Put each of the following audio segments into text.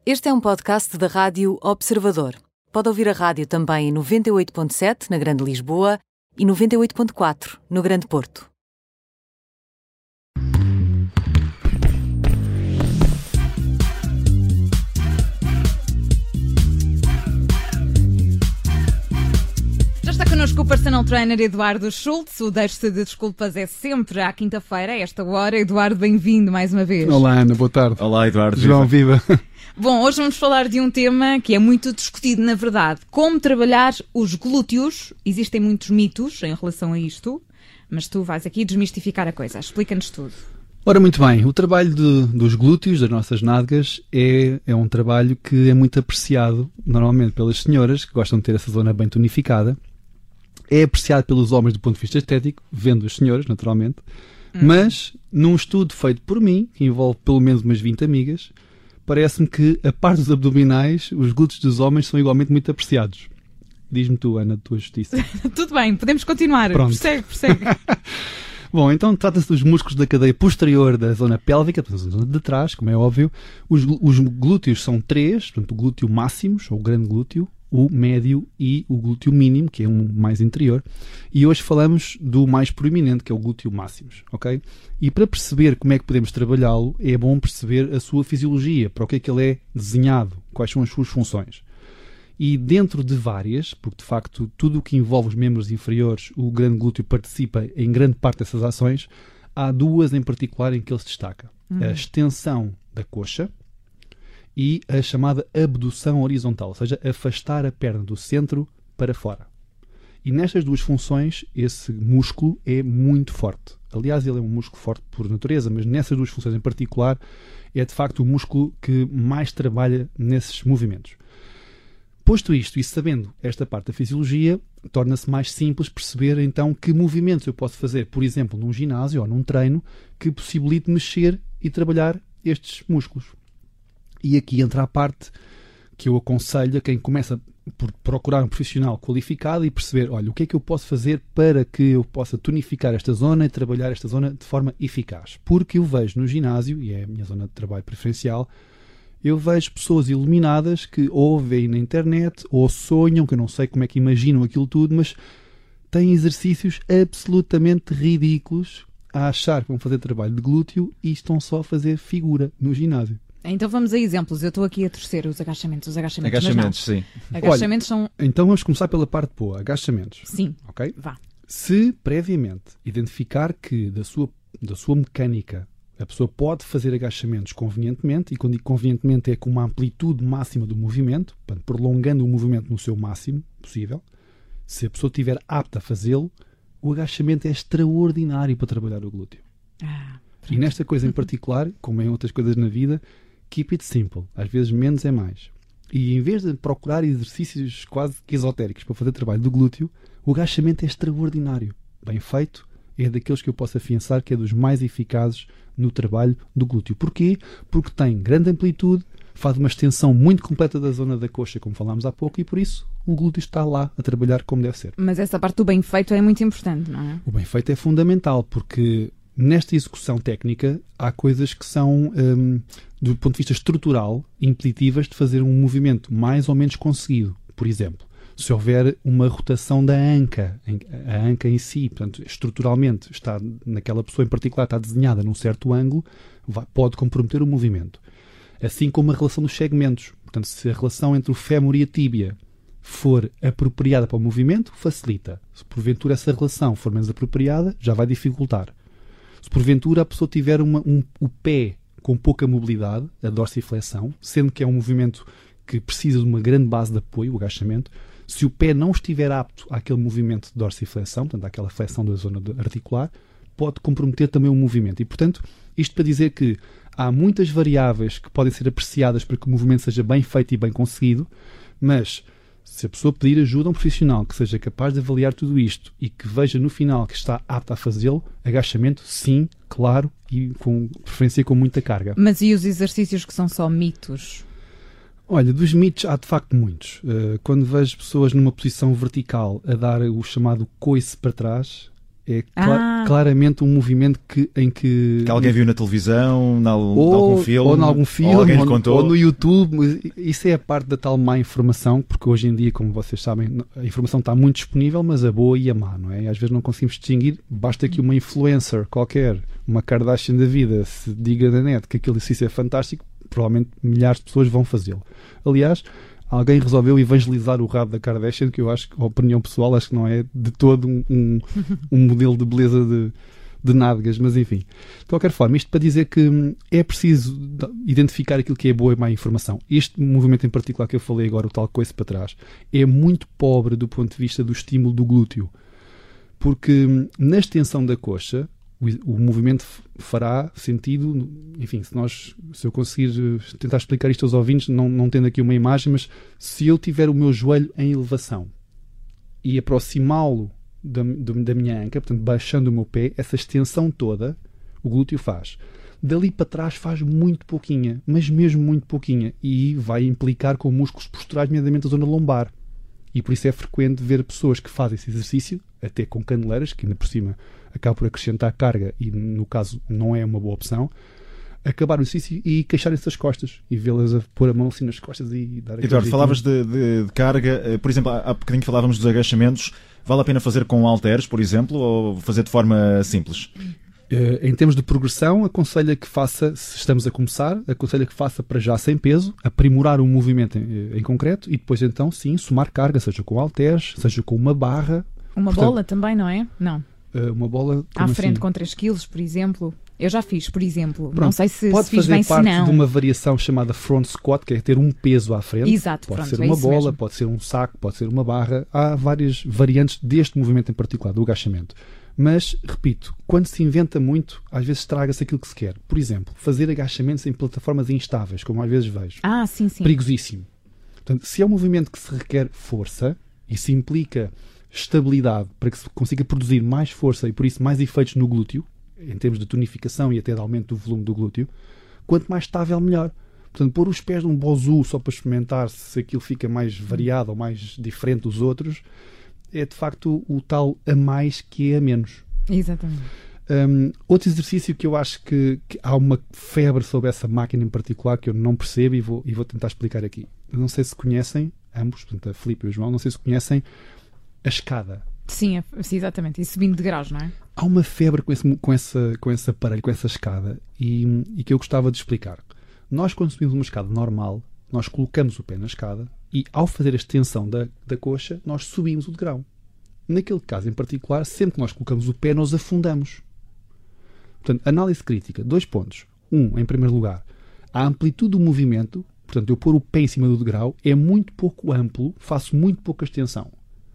Este é um podcast da Rádio Observador. Pode ouvir a rádio também em 98.7 na Grande Lisboa e 98.4 no Grande Porto. Já está connosco o personal trainer Eduardo Schultz. O Deixe-se de Desculpas é sempre à quinta-feira, a esta hora. Eduardo, bem-vindo mais uma vez. Olá, Ana, boa tarde. Olá, Eduardo. João, viva. Bom, hoje vamos falar de um tema que é muito discutido, na verdade. Como trabalhar os glúteos. Existem muitos mitos em relação a isto, mas tu vais aqui desmistificar a coisa. Explica-nos tudo. Ora, muito bem. O trabalho dos glúteos, das nossas nádegas, é um trabalho que é muito apreciado, normalmente, pelas senhoras, que gostam de ter essa zona bem tonificada. É apreciado pelos homens do ponto de vista estético, vendo as senhoras, naturalmente. Mas, num estudo feito por mim, que envolve pelo menos umas 20 amigas, parece-me que, a parte dos abdominais, os glúteos dos homens são igualmente muito apreciados. Diz-me tu, Ana, da tua justiça. Tudo bem, podemos continuar. Pronto. Prossegue. Bom, então trata-se dos músculos da cadeia posterior da zona pélvica, da zona de trás, como é óbvio. Os glúteos são três, portanto, o glúteo máximos, ou o grande glúteo, o médio e o glúteo mínimo, que é um mais interior. E hoje falamos do mais proeminente, que é o glúteo máximos, ok? E para perceber como é que podemos trabalhá-lo, é bom perceber a sua fisiologia, para o que é que ele é desenhado, quais são as suas funções. E dentro de várias, porque de facto tudo o que envolve os membros inferiores, o grande glúteo participa em grande parte dessas ações, há duas em particular em que ele se destaca. A extensão da coxa e a chamada abdução horizontal, ou seja, afastar a perna do centro para fora. E nestas duas funções, esse músculo é muito forte. Aliás, ele é um músculo forte por natureza, mas nessas duas funções em particular, é de facto o músculo que mais trabalha nesses movimentos. Posto isto e sabendo esta parte da fisiologia, torna-se mais simples perceber então que movimentos eu posso fazer, por exemplo, num ginásio ou num treino, que possibilite mexer e trabalhar estes músculos. E aqui entra a parte que eu aconselho a quem começa por procurar um profissional qualificado e perceber, olha, o que é que eu posso fazer para que eu possa tonificar esta zona e trabalhar esta zona de forma eficaz. Porque eu vejo no ginásio, e é a minha zona de trabalho preferencial, eu vejo pessoas iluminadas que ou veem na internet ou sonham, que eu não sei como é que imaginam aquilo tudo, mas têm exercícios absolutamente ridículos a achar que vão fazer trabalho de glúteo e estão só a fazer figura no ginásio. Então vamos a exemplos. Eu estou aqui a torcer os agachamentos. Agachamentos, sim. Agachamentos são... Então vamos começar pela parte boa, agachamentos. Sim, Ok? vá. Se previamente identificar que da sua mecânica a pessoa pode fazer agachamentos convenientemente, e quando digo convenientemente é com uma amplitude máxima do movimento, portanto, prolongando o movimento no seu máximo possível, se a pessoa estiver apta a fazê-lo, o agachamento é extraordinário para trabalhar o glúteo. E nesta coisa em particular, como em outras coisas na vida, keep it simple. Às vezes menos é mais. E em vez de procurar exercícios quase que esotéricos para fazer trabalho do glúteo, o agachamento é extraordinário. Bem feito, é daqueles que eu posso afiançar que é dos mais eficazes no trabalho do glúteo. Porquê? Porque tem grande amplitude, faz uma extensão muito completa da zona da coxa, como falámos há pouco, e por isso o glúteo está lá a trabalhar como deve ser. Mas essa parte do bem feito é muito importante, não é? O bem feito é fundamental, porque nesta execução técnica há coisas que são, do ponto de vista estrutural, impeditivas de fazer um movimento mais ou menos conseguido. Por exemplo, se houver uma rotação da anca, a anca em si, portanto, estruturalmente, está naquela pessoa em particular, está desenhada num certo ângulo, pode comprometer o movimento. Assim como a relação dos segmentos. Portanto, se a relação entre o fémur e a tíbia for apropriada para o movimento, facilita. Se porventura essa relação for menos apropriada, já vai dificultar. Se porventura a pessoa tiver o pé com pouca mobilidade, a dorsiflexão, sendo que é um movimento que precisa de uma grande base de apoio, o agachamento, se o pé não estiver apto àquele movimento de dorsiflexão, portanto, àquela flexão da zona articular, pode comprometer também o movimento. E, portanto, isto para dizer que há muitas variáveis que podem ser apreciadas para que o movimento seja bem feito e bem conseguido, mas se a pessoa pedir ajuda a um profissional que seja capaz de avaliar tudo isto e que veja no final que está apto a fazê-lo, agachamento, sim, claro, e com preferência com muita carga. Mas e os exercícios que são só mitos? Olha, dos mitos há de facto muitos. Quando vejo pessoas numa posição vertical a dar o chamado coice para trás, É claramente um movimento em que alguém viu na televisão, em algum filme, ou em algum filme, ou alguém lhe contou. Ou no YouTube. Isso é a parte da tal má informação, porque hoje em dia, como vocês sabem, a informação está muito disponível, mas a boa e a má, não é? E às vezes não conseguimos distinguir. Basta que uma influencer qualquer, uma Kardashian da vida, se diga na net que aquele exercício é fantástico, provavelmente milhares de pessoas vão fazê-lo. Aliás, alguém resolveu evangelizar o rabo da Kardashian, que eu acho, a opinião pessoal, acho que não é de todo um modelo de beleza de nádegas, mas enfim. De qualquer forma, isto para dizer que é preciso identificar aquilo que é boa e má informação. Este movimento em particular que eu falei agora, o tal coice para trás, é muito pobre do ponto de vista do estímulo do glúteo. Porque na extensão da coxa, o movimento fará sentido, enfim, se eu conseguir tentar explicar isto aos ouvintes, não tendo aqui uma imagem, mas se eu tiver o meu joelho em elevação e aproximá-lo da minha anca, portanto baixando o meu pé, essa extensão toda o glúteo faz. Dali para trás faz muito pouquinha, mas mesmo muito pouquinha, e vai implicar com músculos posturais, nomeadamente a zona lombar. E por isso é frequente ver pessoas que fazem esse exercício, até com caneleiras, que ainda por cima acaba por acrescentar carga e no caso não é uma boa opção, acabar o exercício e queixarem-se das costas e vê-las a pôr a mão assim nas costas e dar aquele Eduardo, falavas de carga, por exemplo, há bocadinho falávamos dos agachamentos. Vale a pena fazer com halteres, por exemplo, ou fazer de forma simples? Em termos de progressão, aconselho que faça, se estamos a começar, aconselho que faça para já sem peso, aprimorar o movimento em concreto e depois então sim, somar carga, seja com halteres, seja com uma barra. Bola também, não é? Não. Uma bola à frente assim? Com 3 kg, por exemplo. Eu já fiz, por exemplo. Pronto, não sei se pode fiz fazer bem, parte se não. de uma variação chamada front squat, que é ter um peso à frente. Exato, pode pronto, ser é uma isso bola, mesmo. pode ser um saco, pode ser uma barra. Há várias variantes deste movimento em particular, do agachamento. Mas, repito, quando se inventa muito, às vezes estraga-se aquilo que se quer. Por exemplo, fazer agachamentos em plataformas instáveis, como às vezes vejo. Sim, sim. Perigosíssimo. Portanto, se é um movimento que se requer força e se implica estabilidade para que se consiga produzir mais força e por isso mais efeitos no glúteo, em termos de tonificação e até de aumento do volume do glúteo, quanto mais estável melhor. Portanto, pôr os pés num bozu só para experimentar se aquilo fica mais variado ou mais diferente dos outros é de facto o tal a mais que é a menos. Exatamente. Outro exercício que eu acho que há uma febre sobre essa máquina em particular que eu não percebo e vou tentar explicar aqui. Eu não sei se conhecem, ambos, portanto a Filipe e o João, não sei se conhecem a escada. Sim, exatamente. E subindo de graus, não é? Há uma febre com esse aparelho, com essa escada e que eu gostava de explicar. Nós, quando subimos uma escada normal, nós colocamos o pé na escada e, ao fazer a extensão da coxa, nós subimos o degrau. Naquele caso em particular, sempre que nós colocamos o pé, nós afundamos. Portanto, análise crítica, 2 pontos. Em primeiro lugar, a amplitude do movimento, portanto, eu pôr o pé em cima do degrau, é muito pouco amplo, faço muito pouca extensão.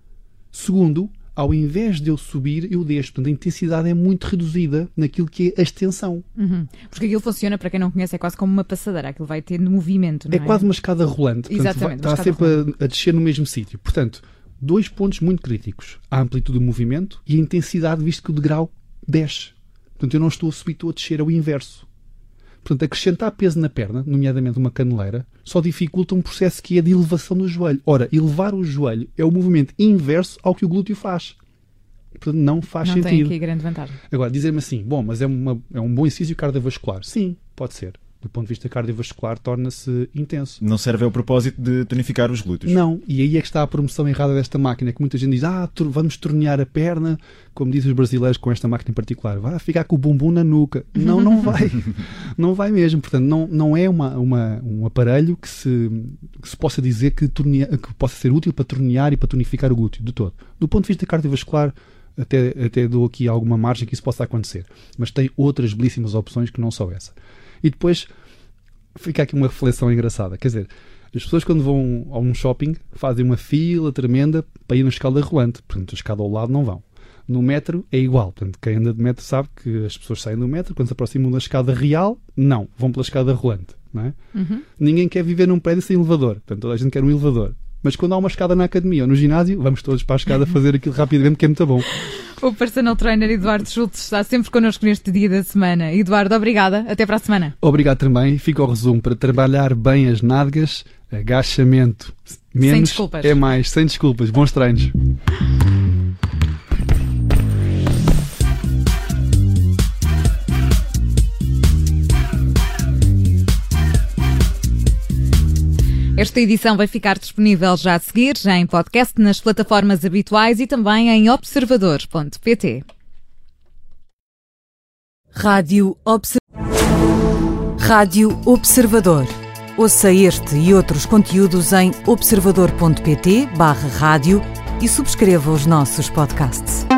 Segundo, ao invés de eu subir, eu desço. Portanto, a intensidade é muito reduzida naquilo que é a extensão. Porque aquilo funciona, para quem não conhece, é quase como uma passadeira. Aquilo vai ter movimento, não é? É quase uma escada rolante. Portanto, exatamente. Está sempre a descer no mesmo sítio. Portanto, 2 pontos muito críticos. A amplitude do movimento e a intensidade, visto que o degrau desce. Portanto, eu não estou a subir, estou a descer ao inverso. Portanto, acrescentar peso na perna, nomeadamente uma caneleira, só dificulta um processo que é de elevação do joelho. Ora, elevar o joelho é o movimento inverso ao que o glúteo faz. Portanto, não faz sentido. Não tem aqui grande vantagem. Agora, dizer-me assim, mas é um bom exercício cardiovascular. Sim, pode ser. Do ponto de vista cardiovascular, torna-se intenso. Não serve ao propósito de tonificar os glúteos. Não, e aí é que está a promoção errada desta máquina, que muita gente diz, vamos tornear a perna, como dizem os brasileiros com esta máquina em particular, vai ficar com o bumbum na nuca. Não vai. Não vai mesmo. Portanto, não é um aparelho que se possa dizer que possa ser útil para tornear e para tonificar o glúteo, de todo. Do ponto de vista cardiovascular, até dou aqui alguma margem que isso possa acontecer. Mas tem outras belíssimas opções que não só essa. E depois fica aqui uma reflexão engraçada. Quer dizer, as pessoas quando vão a um shopping fazem uma fila tremenda para ir na escada rolante. Portanto, a escada ao lado não vão. No metro é igual. Portanto, quem anda de metro sabe que as pessoas saem do metro, quando se aproximam da escada real, não. Vão pela escada rolante. Não é? Ninguém quer viver num prédio sem elevador. Portanto, toda a gente quer um elevador. Mas quando há uma escada na academia ou no ginásio, vamos todos para a escada fazer aquilo rapidamente, que é muito bom. O personal trainer Eduardo Schultz está sempre connosco neste dia da semana. Eduardo, obrigada. Até para a semana. Obrigado também. Fica o resumo. Para trabalhar bem as nádegas, agachamento menos sem desculpas. É mais. Sem desculpas. Bons treinos. Esta edição vai ficar disponível já a seguir, já em podcast, nas plataformas habituais e também em observador.pt. Rádio Observador. Ouça este e outros conteúdos em observador.pt/rádio e subscreva os nossos podcasts.